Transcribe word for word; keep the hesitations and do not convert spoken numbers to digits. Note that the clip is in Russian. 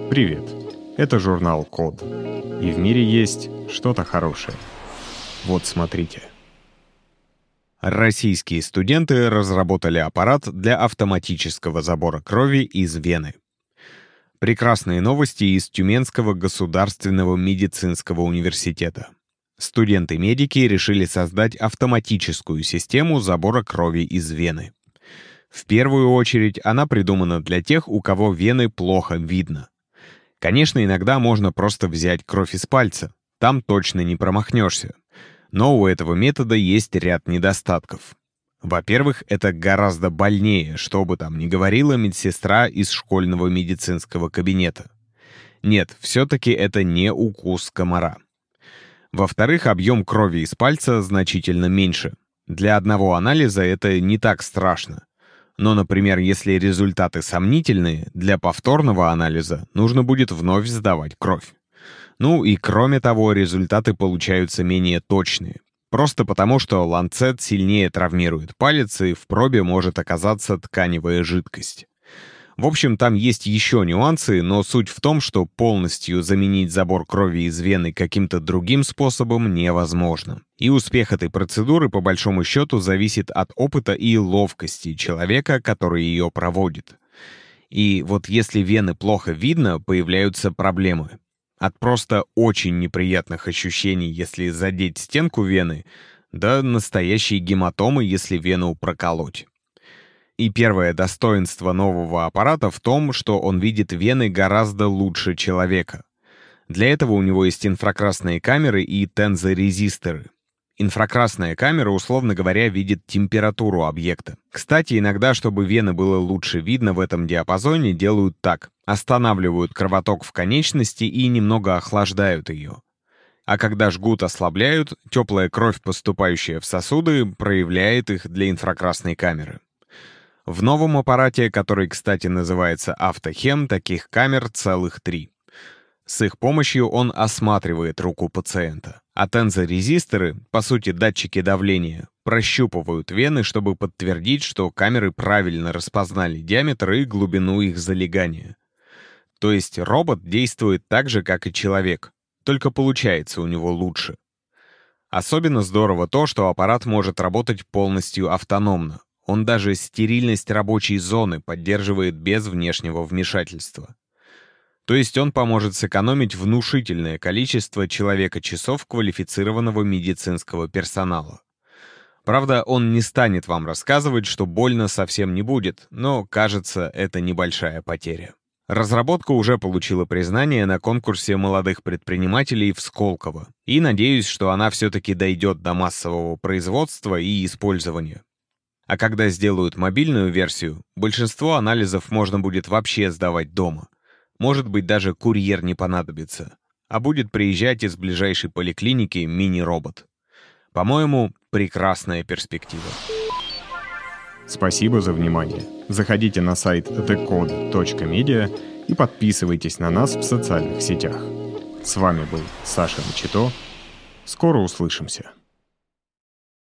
Привет, это журнал Код. И в мире есть что-то хорошее. Вот смотрите. Российские студенты разработали аппарат для автоматического забора крови из вены. Прекрасные новости из Тюменского государственного медицинского университета. Студенты-медики решили создать автоматическую систему забора крови из вены. В первую очередь она придумана для тех, у кого вены плохо видно. Конечно, иногда можно просто взять кровь из пальца. Там точно не промахнешься. Но у этого метода есть ряд недостатков. Во-первых, это гораздо больнее, что бы там ни говорила медсестра из школьного медицинского кабинета. Нет, все-таки это не укус комара. Во-вторых, объем крови из пальца значительно меньше. Для одного анализа это не так страшно. Но, например, если результаты сомнительные, для повторного анализа нужно будет вновь сдавать кровь. Ну и кроме того, результаты получаются менее точные. Просто потому, что ланцет сильнее травмирует палец, и в пробе может оказаться тканевая жидкость. В общем, там есть еще нюансы, но суть в том, что полностью заменить забор крови из вены каким-то другим способом невозможно. И успех этой процедуры, по большому счету, зависит от опыта и ловкости человека, который ее проводит. И вот если вены плохо видно, появляются проблемы. От просто очень неприятных ощущений, если задеть стенку вены, до настоящей гематомы, если вену проколоть. И первое достоинство нового аппарата в том, что он видит вены гораздо лучше человека. Для этого у него есть инфракрасные камеры и тензорезисторы. Инфракрасная камера, условно говоря, видит температуру объекта. Кстати, иногда, чтобы вены было лучше видно в этом диапазоне, делают так. Останавливают кровоток в конечности и немного охлаждают ее. А когда жгут, ослабляют, теплая кровь, поступающая в сосуды, проявляет их для инфракрасной камеры. В новом аппарате, который, кстати, называется Автохем, таких камер целых три. С их помощью он осматривает руку пациента. А тензорезисторы, по сути датчики давления, прощупывают вены, чтобы подтвердить, что камеры правильно распознали диаметр и глубину их залегания. То есть робот действует так же, как и человек, только получается у него лучше. Особенно здорово то, что аппарат может работать полностью автономно. Он даже стерильность рабочей зоны поддерживает без внешнего вмешательства. То есть он поможет сэкономить внушительное количество человека-часов квалифицированного медицинского персонала. Правда, он не станет вам рассказывать, что больно совсем не будет, но, кажется, это небольшая потеря. Разработка уже получила признание на конкурсе молодых предпринимателей в Сколково, и надеюсь, что она все-таки дойдет до массового производства и использования. А когда сделают мобильную версию, большинство анализов можно будет вообще сдавать дома. Может быть, даже курьер не понадобится, а будет приезжать из ближайшей поликлиники мини-робот. По-моему, прекрасная перспектива. Спасибо за внимание. Заходите на сайт the code точка media и подписывайтесь на нас в социальных сетях. С вами был Саша Мчито. Скоро услышимся.